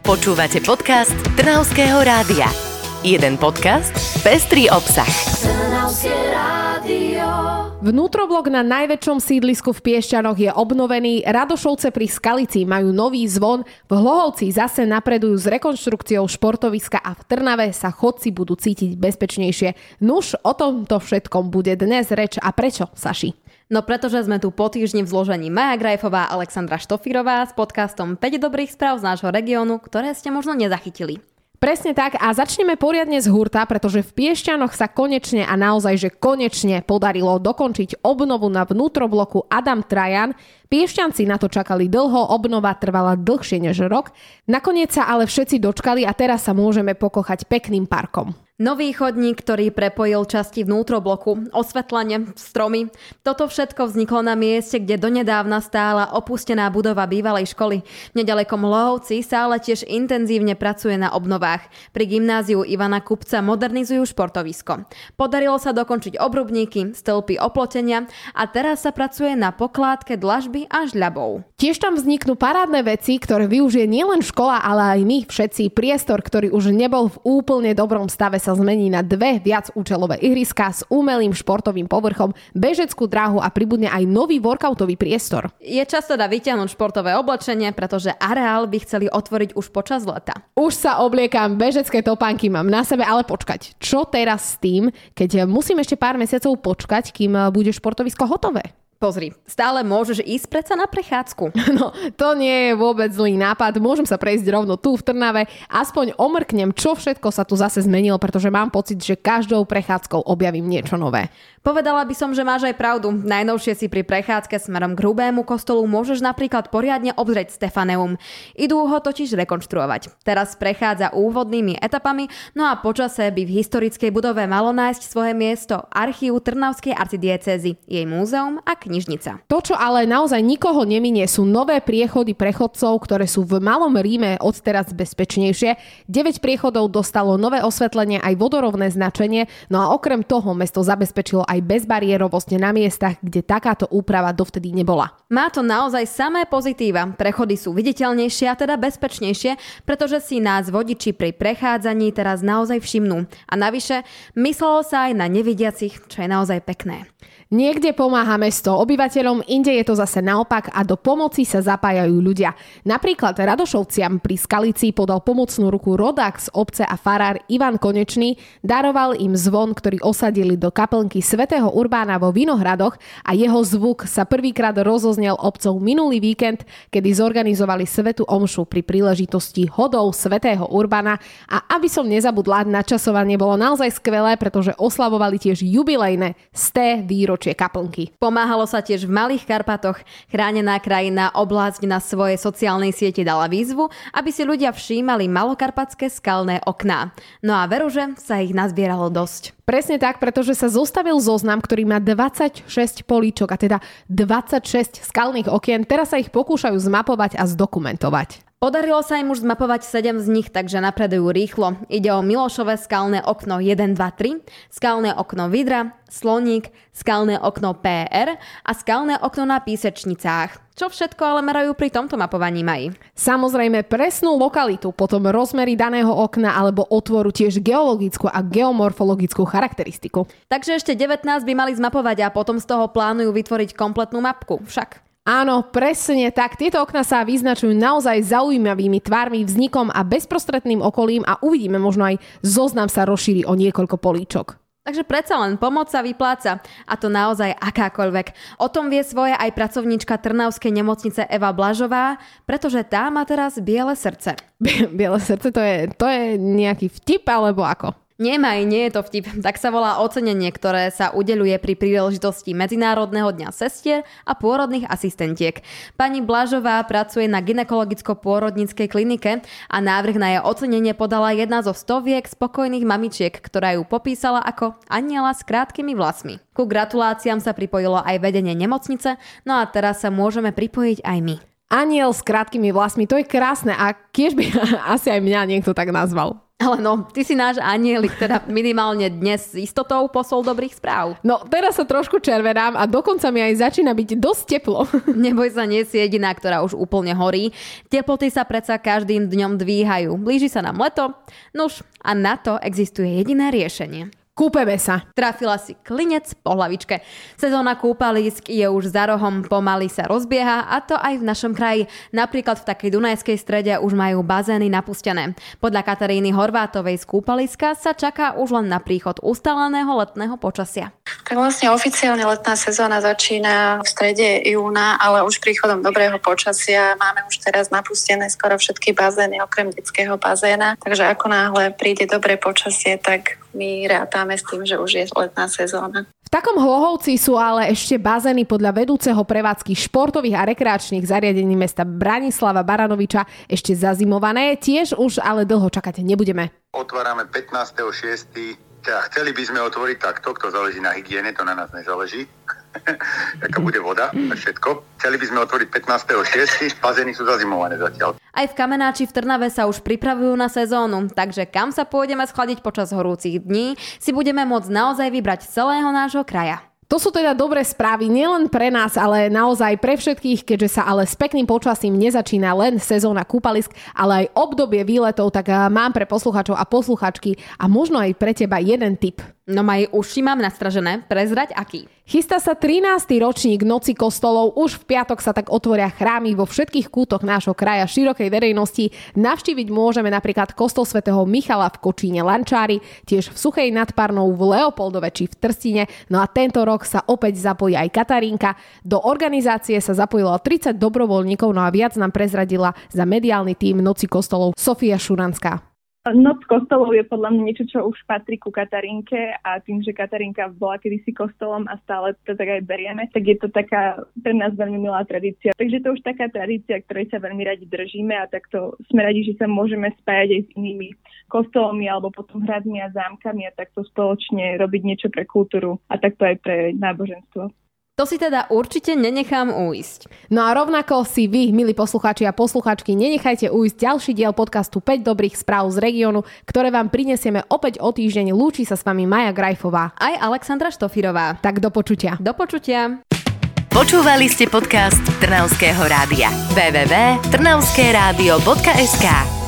Počúvate podcast Trnavského rádia. Jeden podcast, pestrý obsah. Trnavské rádio. Vnútroblok na najväčšom sídlisku v Piešťanoch je obnovený, Radošovce pri Skalici majú nový zvon, v Hlohovci zase napredujú s rekonštrukciou športoviska a v Trnave sa chodci budú cítiť bezpečnejšie. Nuž, o tomto všetkom bude dnes reč a prečo, Saši? No pretože sme tu po týždni v zložení Maja Grajfová a Alexandra Štofírová s podcastom 5 dobrých správ z nášho regiónu, ktoré ste možno nezachytili. Presne tak a začneme poriadne z hurta, pretože v Piešťanoch sa konečne a naozaj, že konečne podarilo dokončiť obnovu na vnútrobloku Adam Trajan. Piešťanci na to čakali dlho, obnova trvala dlhšie než rok. Nakoniec sa ale všetci dočkali a teraz sa môžeme pokochať pekným parkom. Nový chodník, ktorý prepojil časti vnútrobloku, osvetlenie, stromy. Toto všetko vzniklo na mieste, kde donedávna stála opustená budova bývalej školy. Nedalekom Hlohovci sa ale tiež intenzívne pracuje na obnovách. Pri gymnáziu Ivana Kupca modernizujú športovisko. Podarilo sa dokončiť obrubníky, stĺpy oplotenia a teraz sa pracuje na pokládke dlažby a žľabov. Tiež tam vzniknú parádne veci, ktoré využije nielen škola, ale aj my všetci. Priestor, ktorý už nebol v úplne dobrom stave, sa zmení na dve viacúčelové ihriská s umelým športovým povrchom, bežeckú dráhu a pribudne aj nový workoutový priestor. Je čas teda vyťahnuť športové oblečenie, pretože areál by chceli otvoriť už počas leta. Už sa obliekam, bežecké topánky mám na sebe, ale počkať. Čo teraz s tým, keď musím ešte pár mesiacov počkať, kým bude športovisko hotové? Pozri, stále môžeš ísť predsa na prechádzku. No, to nie je vôbec zlý nápad. Môžem sa prejsť rovno tu v Trnave. Aspoň omrknem, čo všetko sa tu zase zmenilo, pretože mám pocit, že každou prechádzkou objavím niečo nové. Povedala by som, že máš aj pravdu. Najnovšie si pri prechádzke smerom k Hrubému kostolu môžeš napríklad poriadne obzrieť Stefaneum. Idú ho totiž rekonštruovať. Teraz prechádza úvodnými etapami, no a počase by v historickej budove malo nájsť svoje miesto archív Trnavskej arcidiecézy, jej múzeum a knižnica. To, čo ale naozaj nikoho neminie, sú nové priechody prechodcov, ktoré sú v Malom Ríme odteraz bezpečnejšie. 9 priechodov dostalo nové osvetlenie aj vodorovné značenie, no a okrem toho mesto zabezpečilo aj bezbariérovosť na miestach, kde takáto úprava dovtedy nebola. Má to naozaj samé pozitíva. Prechody sú viditeľnejšie a teda bezpečnejšie, pretože si nás vodiči pri prechádzaní teraz naozaj všimnú. A navyše, myslelo sa aj na nevidiacich, čo je naozaj pekné. Niekde pomáha mesto obyvateľom, inde je to zase naopak a do pomoci sa zapájajú ľudia. Napríklad Radošovciam pri Skalici podal pomocnú ruku rodák z obce a farár Ivan Konečný, daroval im zvon, ktorý osadili do kaplnky svätého Urbána vo Vinohradoch a jeho zvuk sa prvýkrát rozoznel obcov minulý víkend, kedy zorganizovali svätú omšu pri príležitosti hodov svätého Urbána a aby som nezabudla, načasovanie bolo naozaj skvelé, pretože oslavovali tiež jubilejné 100 výročie kaplnky. Pomáhalo sa tiež v Malých Karpatoch. Chránená krajina oblasť na svojej sociálnej siete dala výzvu, aby si ľudia všímali malokarpatské skalné okná. No a veru, že sa ich nazbieralo dosť. Presne tak, pretože sa zostavil zoznam, ktorý má 26 políčok, a teda 26 skalných okien. Teraz sa ich pokúšajú zmapovať a zdokumentovať. Podarilo sa im už zmapovať 7 z nich, takže napredujú rýchlo. Ide o Milošové skalné okno 1, 2, 3, skalné okno Vidra, Sloník, skalné okno PR a skalné okno na Písečnicách. Čo všetko ale merajú pri tomto mapovaní, Maji? Samozrejme presnú lokalitu, potom rozmery daného okna alebo otvoru, tiež geologickú a geomorfologickú charakteristiku. Takže ešte 19 by mali zmapovať a potom z toho plánujú vytvoriť kompletnú mapku. Však. Áno, presne tak. Tieto okná sa vyznačujú naozaj zaujímavými tvármi, vznikom a bezprostredným okolím a uvidíme, možno aj zoznam sa rozšíri o niekoľko políčok. Takže predsa len pomoc sa vypláca. A to naozaj akákoľvek. O tom vie svoje aj pracovníčka Trnavskej nemocnice Eva Blažová, pretože tá má teraz biele srdce. Biele srdce, to je nejaký vtip alebo ako? Nie je to vtip. Tak sa volá ocenenie, ktoré sa udeľuje pri príležitosti Medzinárodného dňa sestier a pôrodných asistentiek. Pani Blažová pracuje na gynekologicko-pôrodníckej klinike a návrh na jej ocenenie podala jedna zo stoviek spokojných mamičiek, ktorá ju popísala ako aniela s krátkými vlasmi. Ku gratuláciám sa pripojilo aj vedenie nemocnice, no a teraz sa môžeme pripojiť aj my. Aniel s krátkými vlasmi, to je krásne a tiež by asi aj mňa niekto tak nazval. Ale no, ty si náš anielik, teda minimálne dnes s istotou posol dobrých správ. No, teraz sa trošku červenám a dokonca mi aj začína byť dosť teplo. Neboj sa, nie si jediná, ktorá už úplne horí. Teploty sa predsa každým dňom dvíhajú. Blíži sa nám leto, nuž a na to existuje jediné riešenie. Kúpeme sa. Trafila si klinec po hlavičke. Sezóna kúpalisk je už za rohom, pomaly sa rozbieha a to aj v našom kraji. Napríklad v takej Dunajskej Strede už majú bazény napustené. Podľa Kataríny Horvátovej z kúpaliska sa čaká už len na príchod ustaleného letného počasia. Tak vlastne oficiálne letná sezóna začína v strede júna, ale už príchodom dobrého počasia máme už teraz napustené skoro všetky bazény okrem detského bazéna. Takže ako náhle príde dobré počasie, tak my rátame s tým, že už je letná sezóna. V takom Hlohovci sú ale ešte bazény podľa vedúceho prevádzky športových a rekreačných zariadení mesta Branislava Baranoviča ešte zazimované. Tiež už ale dlho čakať nebudeme. Otvárame 15.6. Chceli by sme otvoriť takto, to záleží na hygiene, to na nás nezáleží. Aká bude voda a všetko. Chceli by sme otvoriť 15.6. Bazény sú zazimované zatiaľ. Aj v Kamenáči v Trnave sa už pripravujú na sezónu, takže kam sa pôjdeme schladiť počas horúcich dní, si budeme môcť naozaj vybrať z celého nášho kraja. To sú teda dobré správy nielen pre nás, ale naozaj pre všetkých, keďže sa ale s pekným počasím nezačína len sezóna kúpalisk, ale aj obdobie výletov, tak mám pre poslucháčov a posluchačky a možno aj pre teba jeden tip. No maj uši mám nastražené, prezrať aký? Chystá sa 13. ročník Noci kostolov, už v piatok sa tak otvoria chrámy vo všetkých kútoch nášho kraja širokej verejnosti. Navštíviť môžeme napríklad kostol svätého Michala v Kočíne Lančári, tiež v Suchej nad Parnou, v Leopoldove či v Trstine. No a tento rok sa opäť zapojí aj Katarínka. Do organizácie sa zapojilo 30 dobrovoľníkov, no a viac nám prezradila za mediálny tím Noci kostolov Sofia Šuranská. Noc kostolov je podľa mňa niečo, čo už patrí ku Katarínke a tým, že Katarínka bola kedysi kostolom a stále to tak aj berieme, tak je to taká pre nás veľmi milá tradícia. Takže to už taká tradícia, ktorej sa veľmi radi držíme a takto sme radi, že sa môžeme spájať aj s inými kostolmi alebo potom hradmi a zámkami a takto spoločne robiť niečo pre kultúru a takto aj pre náboženstvo. To si teda určite nenechám uísť. No a rovnako si vy, milí poslucháči a posluchačky, nenechajte uísť ďalší diel podcastu 5 dobrých správ z regiónu, ktoré vám prinesieme opäť o týždeň. Lúči sa s vami Maja Grajfová. Aj Alexandra Štofirová. Tak do počutia. Do počutia. Počúvali ste podcast Trnavského rádia. www.trnavskeradio.sk